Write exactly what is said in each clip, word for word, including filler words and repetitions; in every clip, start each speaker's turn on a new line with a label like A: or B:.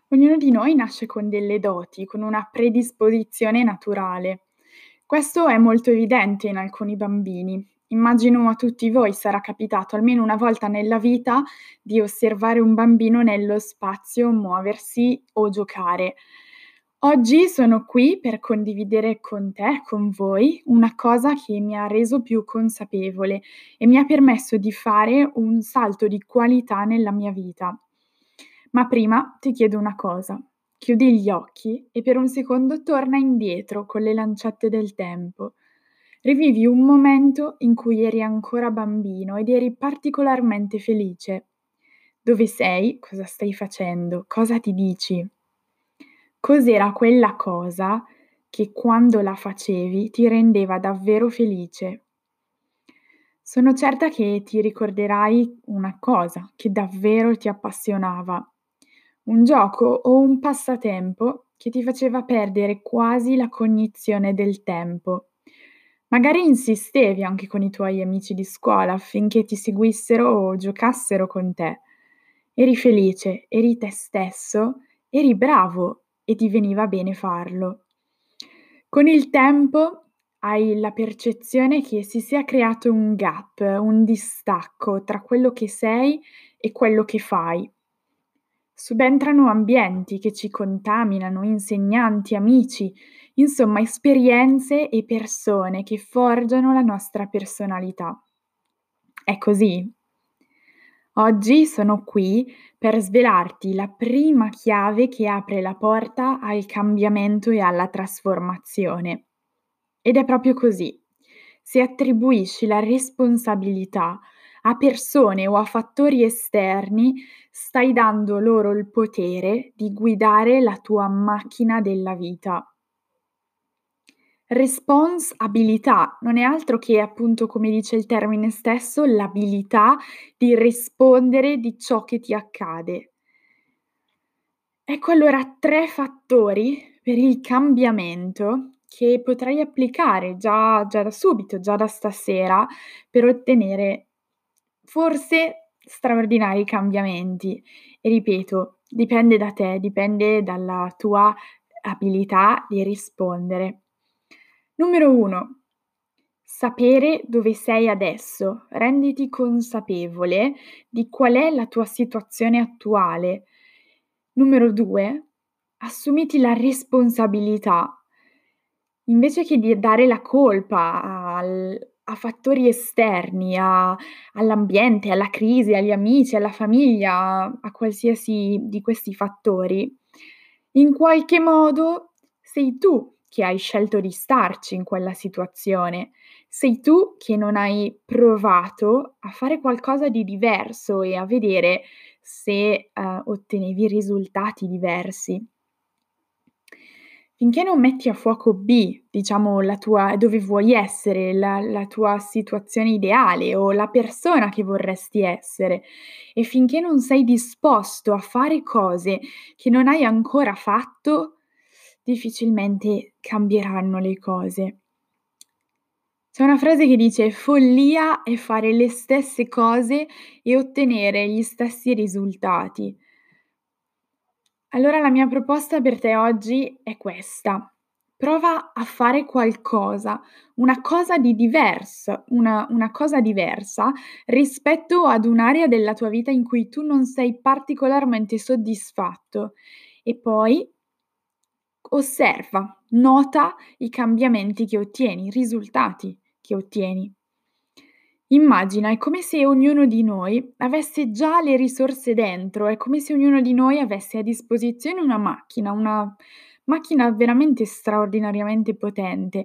A: Ognuno di noi nasce con delle doti, con una predisposizione naturale. Questo è molto evidente in alcuni bambini. Immagino a tutti voi sarà capitato almeno una volta nella vita di osservare un bambino nello spazio muoversi o giocare. Oggi sono qui per condividere con te, con voi, una cosa che mi ha reso più consapevole e mi ha permesso di fare un salto di qualità nella mia vita. Ma prima ti chiedo una cosa: chiudi gli occhi e per un secondo torna indietro con le lancette del tempo. Rivivi un momento in cui eri ancora bambino ed eri particolarmente felice. Dove sei? Cosa stai facendo? Cosa ti dici? Cos'era quella cosa che quando la facevi ti rendeva davvero felice? Sono certa che ti ricorderai una cosa che davvero ti appassionava, un gioco o un passatempo che ti faceva perdere quasi la cognizione del tempo. Magari insistevi anche con i tuoi amici di scuola affinché ti seguissero o giocassero con te. Eri felice, eri te stesso, eri bravo e ti veniva bene farlo. Con il tempo hai la percezione che si sia creato un gap, un distacco tra quello che sei e quello che fai. Subentrano ambienti che ci contaminano, insegnanti, amici, insomma esperienze e persone che forgiano la nostra personalità. È così? Oggi sono qui per svelarti la prima chiave che apre la porta al cambiamento e alla trasformazione. Ed è proprio così. Se attribuisci la responsabilità a persone o a fattori esterni, stai dando loro il potere di guidare la tua macchina della vita. Responsabilità non è altro che, appunto, come dice il termine stesso, l'abilità di rispondere di ciò che ti accade. Ecco allora tre fattori per il cambiamento che potrai applicare già già da subito, già da stasera, per ottenere forse straordinari cambiamenti. E ripeto, dipende da te, dipende dalla tua abilità di rispondere. Numero uno: sapere dove sei adesso. Renditi consapevole di qual è la tua situazione attuale. Numero due: assumiti la responsabilità. Invece che di dare la colpa al a fattori esterni, a all'ambiente, alla crisi, agli amici, alla famiglia, a qualsiasi di questi fattori, in qualche modo sei tu che hai scelto di starci in quella situazione. Sei tu che non hai provato a fare qualcosa di diverso e a vedere se, uhm, ottenevi risultati diversi. Finché non metti a fuoco B, diciamo la tua dove vuoi essere, la la tua situazione ideale o la persona che vorresti essere, e finché non sei disposto a fare cose che non hai ancora fatto, difficilmente cambieranno le cose. C'è una frase che dice: "Follia è fare le stesse cose e ottenere gli stessi risultati". Allora la mia proposta per te oggi è questa: prova a fare qualcosa, una cosa di diversa, una una cosa diversa rispetto ad un'area della tua vita in cui tu non sei particolarmente soddisfatto e poi osserva, nota i cambiamenti che ottieni, i risultati che ottieni. Immagina, è come se ognuno di noi avesse già le risorse dentro, è come se ognuno di noi avesse a disposizione una macchina, una macchina veramente straordinariamente potente.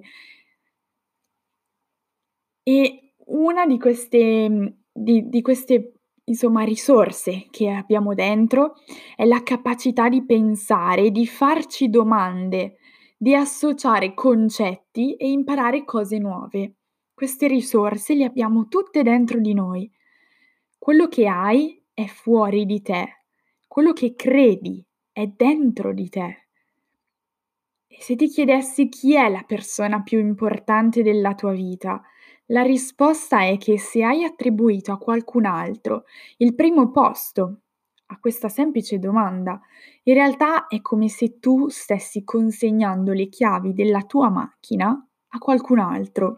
A: E una di queste mhmm, di di queste, insomma, risorse che abbiamo dentro è la capacità di pensare, di farci domande, di associare concetti e imparare cose nuove. Queste risorse le abbiamo tutte dentro di noi. Quello che hai è fuori di te, quello che credi è dentro di te. E se ti chiedessi chi è la persona più importante della tua vita, la risposta è che se hai attribuito a qualcun altro il primo posto a questa semplice domanda. In realtà è come se tu stessi consegnando le chiavi della tua macchina a qualcun altro.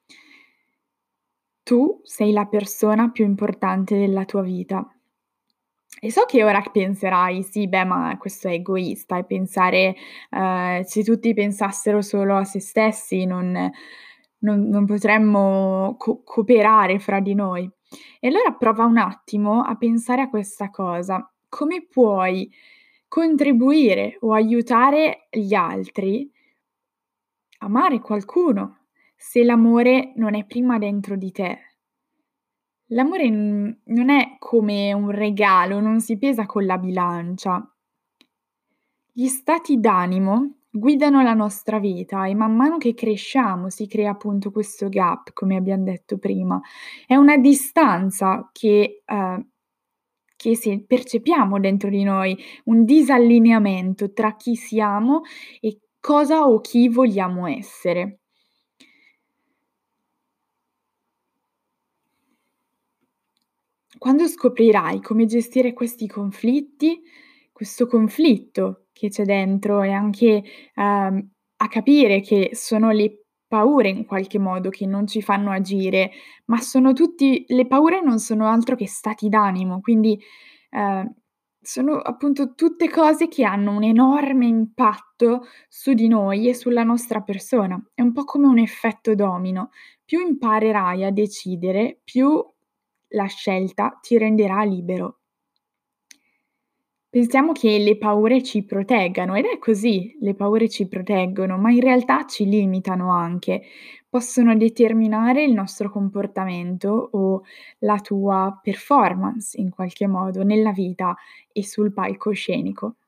A: Tu sei la persona più importante della tua vita. E so che ora penserai: "Sì, beh, ma questo è egoista e pensare ehm, se tutti pensassero solo a se stessi non non non potremmo co cooperare fra di noi". E allora prova un attimo a pensare a questa cosa: come puoi contribuire o aiutare gli altri, amare qualcuno, se l'amore non è prima dentro di te? L'amore, mhmm, non è come un regalo, non si pesa con la bilancia. Gli stati d'animo guidano la nostra vita e man mano che cresciamo si crea appunto questo gap, come abbiam detto prima. È una distanza che ehm, che se percepiamo dentro di noi, un disallineamento tra chi siamo e cosa o chi vogliamo essere. Quando scoprirai come gestire questi conflitti, questo conflitto che c'è dentro e anche, uhm, a capire che sono le paure in qualche modo che non ci fanno agire, ma sono tutti le paure non sono altro che stati d'animo, quindi, ehm, sono appunto tutte cose che hanno un enorme impatto su di noi e sulla nostra persona. È un po' come un effetto domino. Più imparerai a decidere, più la scelta ti renderà libero. Pensiamo che le paure ci proteggano ed è così, le paure ci proteggono, ma in realtà ci limitano anche. Possono determinare il nostro comportamento o la tua performance in qualche modo nella vita e sul palcoscenico.